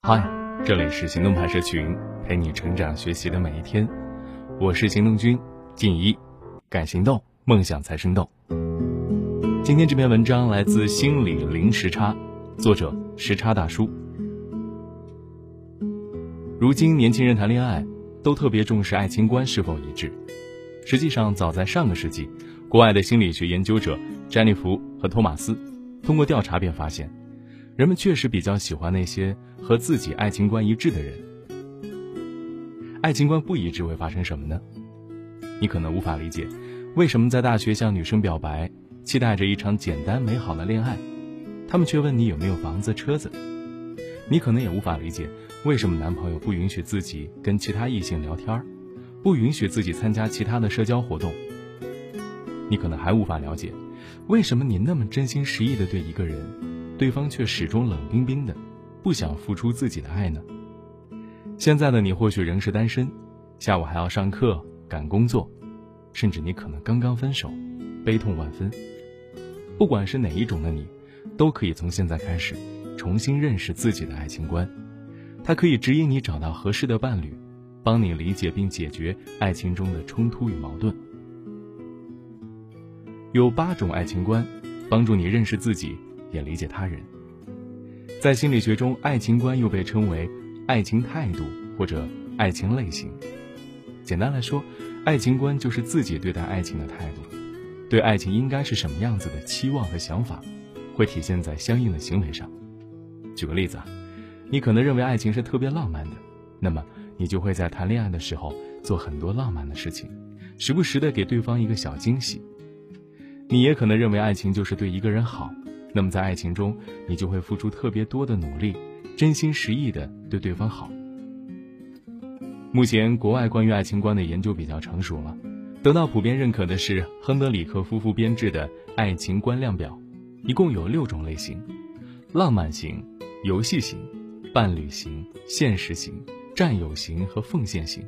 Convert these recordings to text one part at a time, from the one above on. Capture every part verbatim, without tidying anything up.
嗨，这里是行动派社群，陪你成长学习的每一天。我是行动君静怡，敢行动，梦想才生动。今天这篇文章来自心理零时差，作者时差大叔。如今年轻人谈恋爱都特别重视爱情观是否一致。实际上早在上个世纪，国外的心理学研究者詹妮弗和托马斯通过调查便发现，人们确实比较喜欢那些和自己爱情观一致的人。爱情观不一致会发生什么呢？你可能无法理解，为什么在大学向女生表白，期待着一场简单美好的恋爱，他们却问你有没有房子车子。你可能也无法理解，为什么男朋友不允许自己跟其他异性聊天，不允许自己参加其他的社交活动。你可能还无法了解，为什么你那么真心实意地对一个人，对方却始终冷冰冰的，不想付出自己的爱呢？现在的你或许仍是单身，下午还要上课赶工作，甚至你可能刚刚分手，悲痛万分。不管是哪一种的你，都可以从现在开始重新认识自己的爱情观，它可以指引你找到合适的伴侣，帮你理解并解决爱情中的冲突与矛盾。有八种爱情观，帮助你认识自己，也理解他人。在心理学中，爱情观又被称为爱情态度或者爱情类型。简单来说，爱情观就是自己对待爱情的态度，对爱情应该是什么样子的期望和想法，会体现在相应的行为上。举个例子啊，你可能认为爱情是特别浪漫的，那么你就会在谈恋爱的时候做很多浪漫的事情，时不时的给对方一个小惊喜。你也可能认为爱情就是对一个人好，那么在爱情中，你就会付出特别多的努力，真心实意的对对方好。目前国外关于爱情观的研究比较成熟了，得到普遍认可的是亨德里克夫妇编制的爱情观量表，一共有六种类型：浪漫型、游戏型、伴侣型、现实型、占有型和奉献型。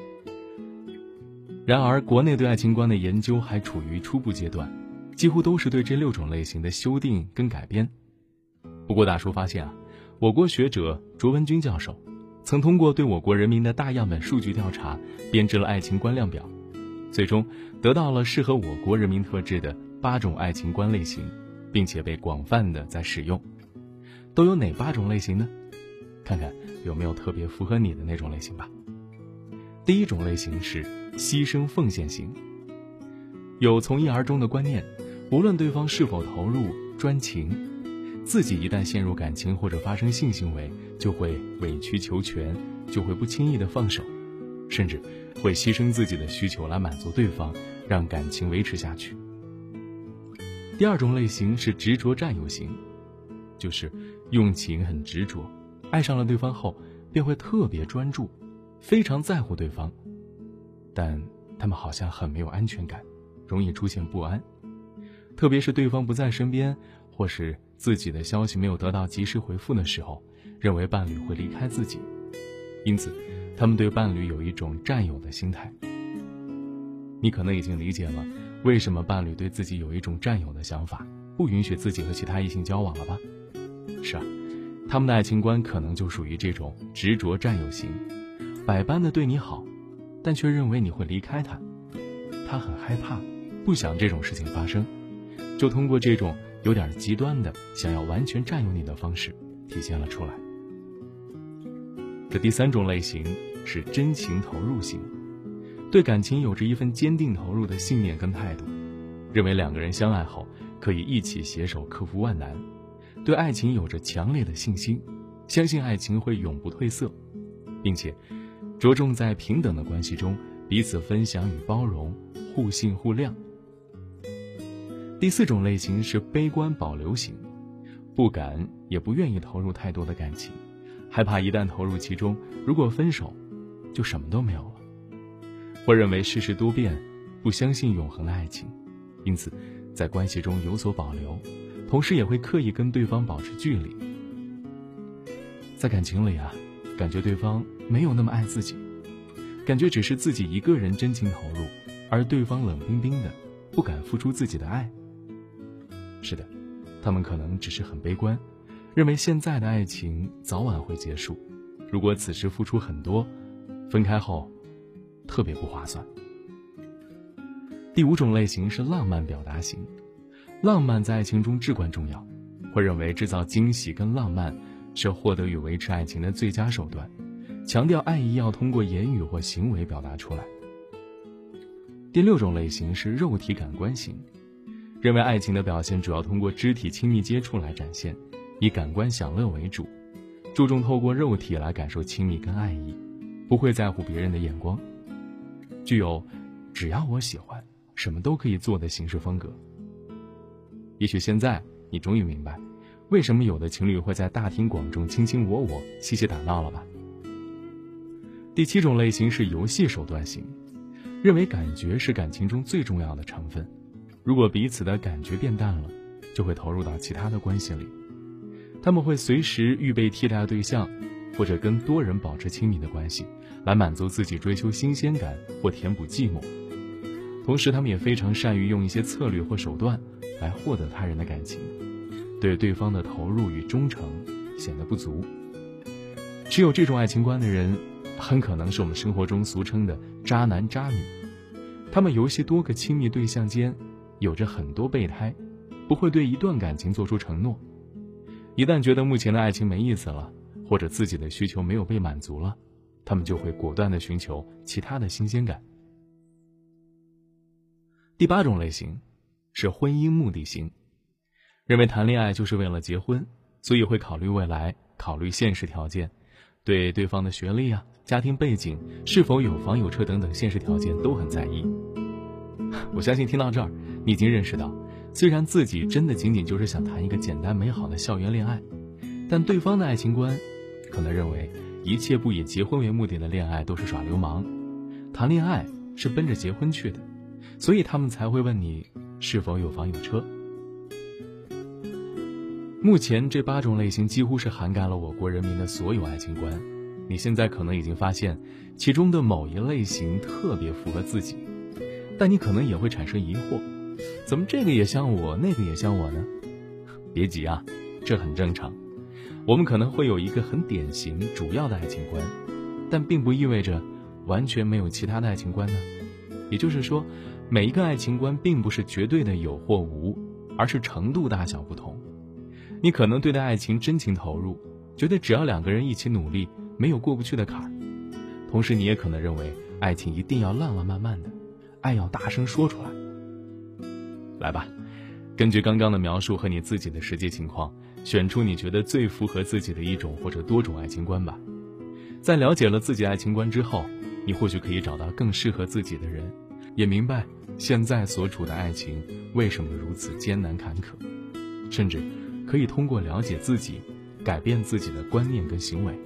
然而国内对爱情观的研究还处于初步阶段，几乎都是对这六种类型的修订跟改编。不过大叔发现啊，我国学者卓文君教授曾通过对我国人民的大样本数据调查，编制了爱情观量表，最终得到了适合我国人民特质的八种爱情观类型，并且被广泛的在使用。都有哪八种类型呢？看看有没有特别符合你的那种类型吧。第一种类型是牺牲奉献型，有从一而终的观念，无论对方是否投入专情，自己一旦陷入感情或者发生性行为，就会委曲求全，就会不轻易的放手，甚至会牺牲自己的需求来满足对方，让感情维持下去。第二种类型是执着占有型，就是用情很执着，爱上了对方后便会特别专注，非常在乎对方，但他们好像很没有安全感，容易出现不安，特别是对方不在身边，或是自己的消息没有得到及时回复的时候，认为伴侣会离开自己，因此他们对伴侣有一种占有的心态。你可能已经理解了为什么伴侣对自己有一种占有的想法，不允许自己和其他异性交往了吧？是啊，他们的爱情观可能就属于这种执着占有型，百般的对你好，但却认为你会离开他，他很害怕，不想这种事情发生，就通过这种有点极端的想要完全占有你的方式体现了出来。这第三种类型是真情投入型，对感情有着一份坚定投入的信念跟态度，认为两个人相爱后可以一起携手克服万难，对爱情有着强烈的信心，相信爱情会永不褪色，并且着重在平等的关系中彼此分享与包容，互信互谅。第四种类型是悲观保留型，不敢也不愿意投入太多的感情，害怕一旦投入其中，如果分手就什么都没有了，或认为世事多变，不相信永恒的爱情，因此在关系中有所保留，同时也会刻意跟对方保持距离。在感情里啊，感觉对方没有那么爱自己，感觉只是自己一个人真情投入，而对方冷冰冰的，不敢付出自己的爱。是的，他们可能只是很悲观， 认为现在的爱情早晚会结束，如果此时付出很多，分开后特别不划算。第五种类型是浪漫表达型，浪漫在爱情中至关重要，会认为制造惊喜跟浪漫是获得与维持爱情的最佳手段，强调爱意要通过言语或行为表达出来。第六种类型是肉体感官型，认为爱情的表现主要通过肢体亲密接触来展现，以感官享乐为主，注重透过肉体来感受亲密跟爱意，不会在乎别人的眼光，具有只要我喜欢什么都可以做的行事风格。也许现在你终于明白为什么有的情侣会在大庭广众卿卿我我嬉戏打闹了吧。第七种类型是游戏手段型，认为感觉是感情中最重要的成分，如果彼此的感觉变淡了，就会投入到其他的关系里。他们会随时预备替代对象，或者跟多人保持亲密的关系，来满足自己追求新鲜感或填补寂寞。同时他们也非常善于用一些策略或手段来获得他人的感情，对对方的投入与忠诚显得不足。持有这种爱情观的人很可能是我们生活中俗称的渣男渣女，他们游戏多个亲密对象间有着很多备胎，不会对一段感情做出承诺，一旦觉得目前的爱情没意思了，或者自己的需求没有被满足了，他们就会果断地寻求其他的新鲜感。第八种类型是婚姻目的型，认为谈恋爱就是为了结婚，所以会考虑未来，考虑现实条件，对对方的学历啊、家庭背景、是否有房有车等等现实条件都很在意。我相信听到这儿，你已经认识到，虽然自己真的仅仅就是想谈一个简单美好的校园恋爱，但对方的爱情观可能认为一切不以结婚为目的的恋爱都是耍流氓，谈恋爱是奔着结婚去的，所以他们才会问你是否有房有车。目前这八种类型几乎是涵盖了我国人民的所有爱情观，你现在可能已经发现其中的某一类型特别符合自己，但你可能也会产生疑惑，怎么这个也像我，那个也像我呢？别急啊，这很正常。我们可能会有一个很典型主要的爱情观，但并不意味着完全没有其他的爱情观呢。也就是说，每一个爱情观并不是绝对的有或无，而是程度大小不同。你可能对待爱情真情投入，觉得只要两个人一起努力，没有过不去的坎儿。同时你也可能认为爱情一定要浪浪漫漫的，爱要大声说出来。来吧，根据刚刚的描述和你自己的实际情况，选出你觉得最符合自己的一种或者多种爱情观吧。在了解了自己爱情观之后，你或许可以找到更适合自己的人，也明白现在所处的爱情为什么如此艰难坎坷，甚至可以通过了解自己，改变自己的观念跟行为。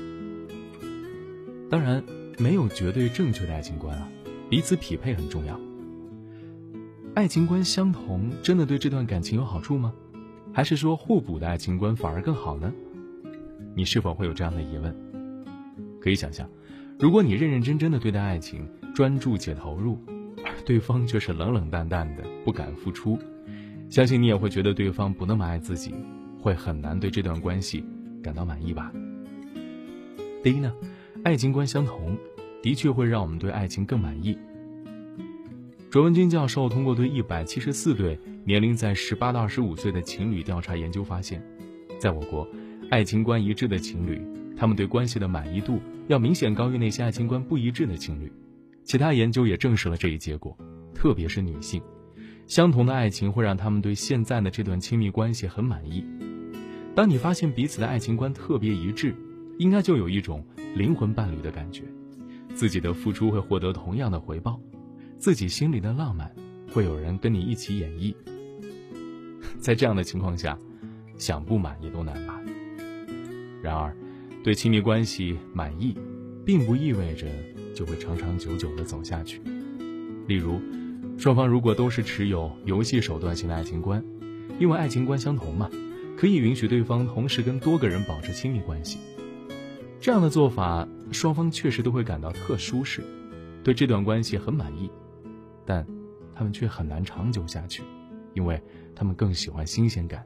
当然，没有绝对正确的爱情观啊，彼此匹配很重要。爱情观相同，真的对这段感情有好处吗？还是说互补的爱情观反而更好呢？你是否会有这样的疑问？可以想象，如果你认认真真的对待爱情，专注且投入，而对方却是冷冷淡淡的，不敢付出，相信你也会觉得对方不那么爱自己，会很难对这段关系感到满意吧。第一呢，爱情观相同，的确会让我们对爱情更满意。卓文君教授通过对一百七十四对年龄在十八到二十五岁的情侣调查研究发现，在我国，爱情观一致的情侣，他们对关系的满意度要明显高于那些爱情观不一致的情侣。其他研究也证实了这一结果，特别是女性，相同的爱情会让他们对现在的这段亲密关系很满意。当你发现彼此的爱情观特别一致，应该就有一种灵魂伴侣的感觉，自己的付出会获得同样的回报，自己心里的浪漫会有人跟你一起演绎。在这样的情况下，想不满意都难吧。然而，对亲密关系满意，并不意味着就会长长久久地走下去。例如，双方如果都是持有游戏手段型的爱情观，因为爱情观相同嘛，可以允许对方同时跟多个人保持亲密关系。这样的做法，双方确实都会感到特舒适，对这段关系很满意，但他们却很难长久下去，因为他们更喜欢新鲜感，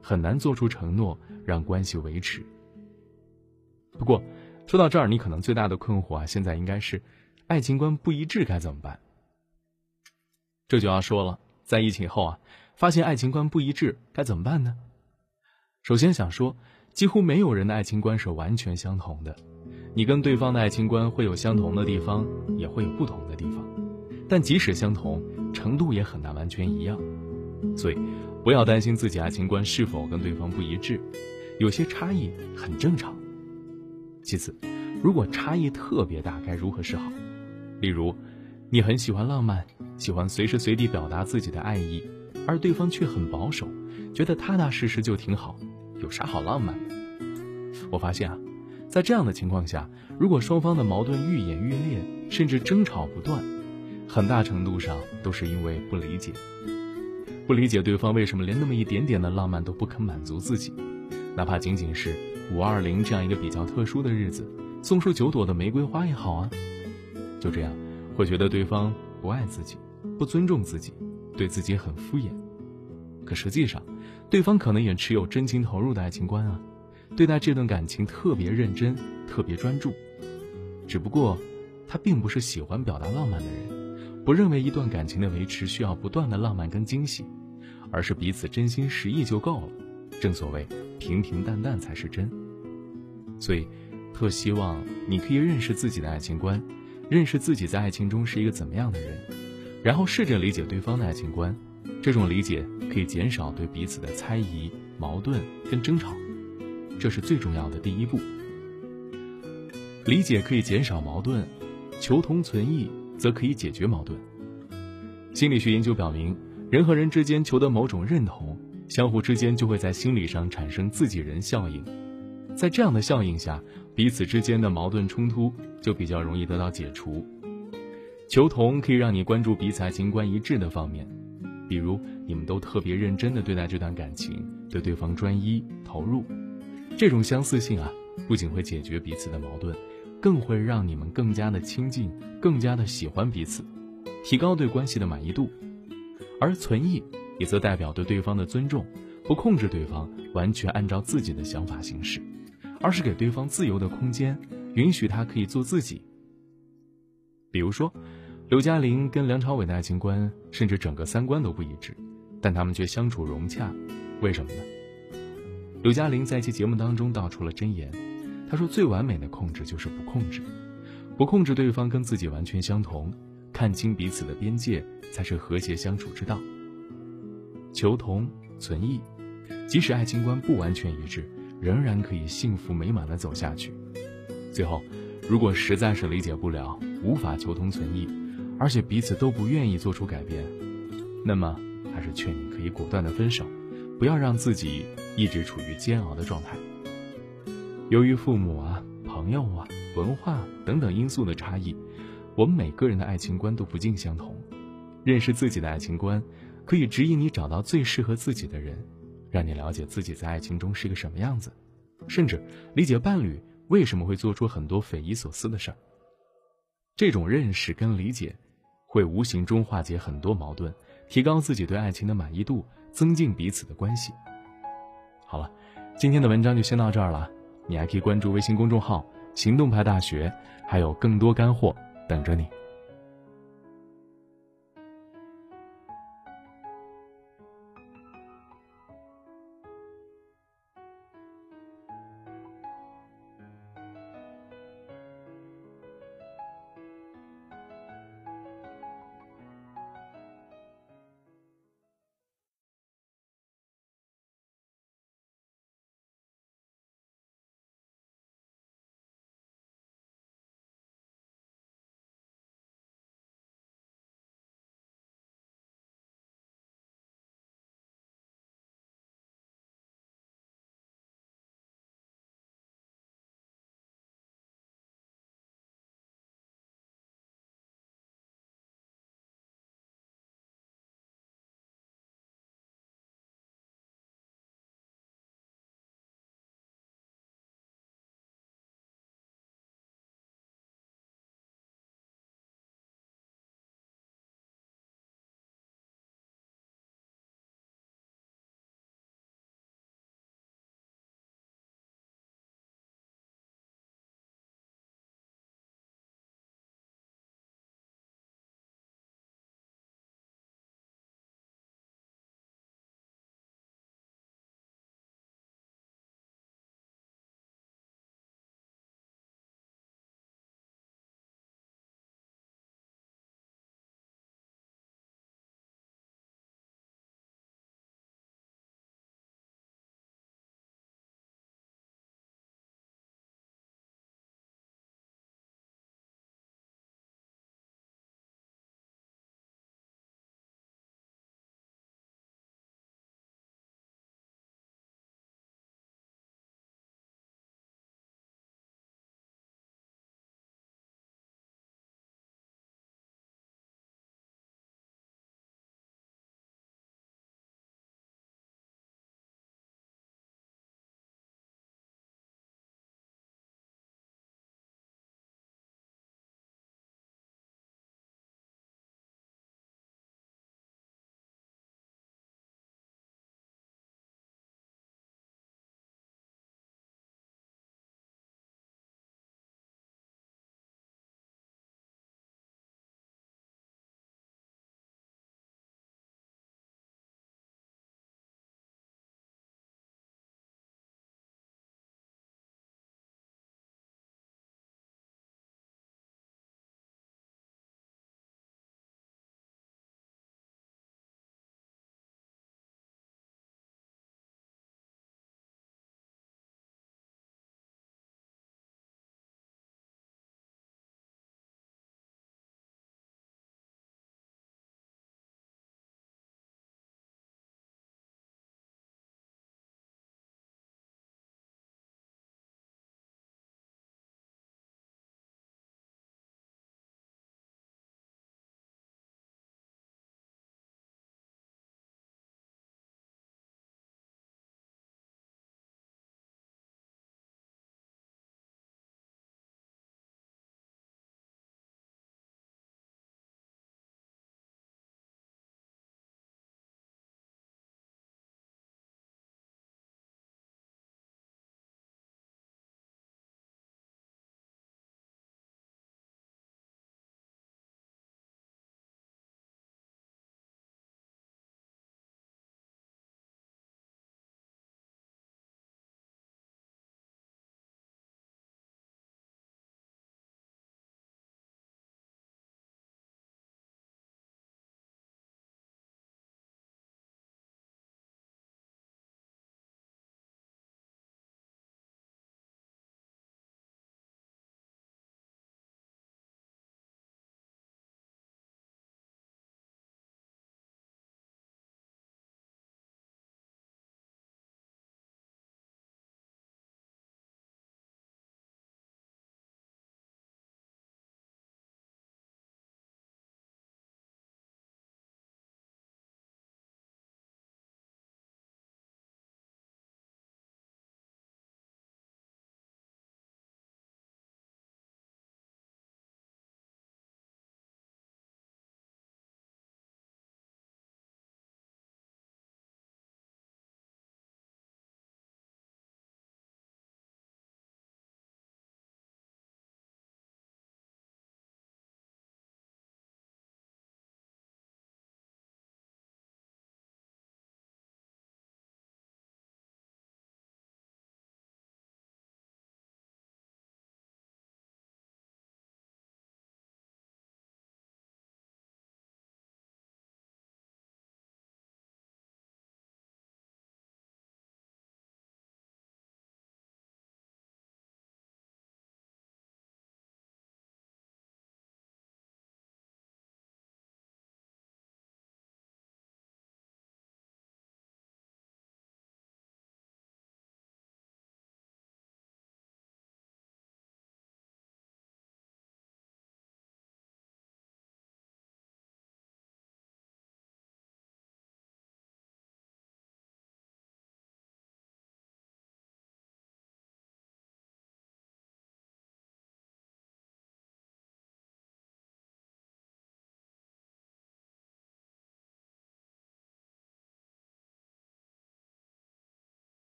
很难做出承诺让关系维持。不过说到这儿，你可能最大的困惑啊，现在应该是爱情观不一致该怎么办？这就要说了，在疫情后啊，发现爱情观不一致该怎么办呢？首先想说，几乎没有人的爱情观是完全相同的，你跟对方的爱情观会有相同的地方，也会有不同的地方，但即使相同，程度也很难完全一样。所以不要担心自己爱情观是否跟对方不一致，有些差异很正常。其次，如果差异特别大，该如何是好？例如你很喜欢浪漫，喜欢随时随地表达自己的爱意，而对方却很保守，觉得踏踏实实就挺好，有啥好浪漫的？我发现啊，在这样的情况下，如果双方的矛盾愈演愈烈，甚至争吵不断，很大程度上都是因为不理解。不理解对方为什么连那么一点点的浪漫都不肯满足自己，哪怕仅仅是五二零这样一个比较特殊的日子，送出九朵的玫瑰花也好啊。就这样会觉得对方不爱自己，不尊重自己，对自己很敷衍。可实际上对方可能也持有真情投入的爱情观啊，对待这段感情特别认真，特别专注。只不过他并不是喜欢表达浪漫的人，不认为一段感情的维持需要不断的浪漫跟惊喜，而是彼此真心实意就够了。正所谓平平淡淡才是真。所以特希望你可以认识自己的爱情观，认识自己在爱情中是一个怎么样的人，然后试着理解对方的爱情观。这种理解可以减少对彼此的猜疑、矛盾跟争吵，这是最重要的第一步。理解可以减少矛盾，求同存异则可以解决矛盾。心理学研究表明，人和人之间求得某种认同，相互之间就会在心理上产生自己人效应。在这样的效应下，彼此之间的矛盾冲突就比较容易得到解除。求同可以让你关注彼此爱情观一致的方面，比如你们都特别认真地对待这段感情，对对方专一投入。这种相似性啊，不仅会解决彼此的矛盾，更会让你们更加的亲近，更加的喜欢彼此，提高对关系的满意度。而存异也则代表对对方的尊重，不控制对方完全按照自己的想法行事，而是给对方自由的空间，允许他可以做自己。比如说刘嘉玲跟梁朝伟的爱情观甚至整个三观都不一致，但他们却相处融洽，为什么呢？刘嘉玲在一期节目当中道出了真言，她说最完美的控制就是不控制，不控制对方跟自己完全相同，看清彼此的边界才是和谐相处之道。求同存异，即使爱情观不完全一致，仍然可以幸福美满地走下去。最后，如果实在是理解不了，无法求同存异，而且彼此都不愿意做出改变，那么还是劝你可以果断的分手，不要让自己一直处于煎熬的状态。由于父母啊、朋友啊、文化等等因素的差异，我们每个人的爱情观都不尽相同。认识自己的爱情观，可以指引你找到最适合自己的人，让你了解自己在爱情中是个什么样子，甚至理解伴侣为什么会做出很多匪夷所思的事儿。这种认识跟理解会无形中化解很多矛盾，提高自己对爱情的满意度，增进彼此的关系。好了，今天的文章就先到这儿了，你还可以关注微信公众号行动派大学，还有更多干货等着你。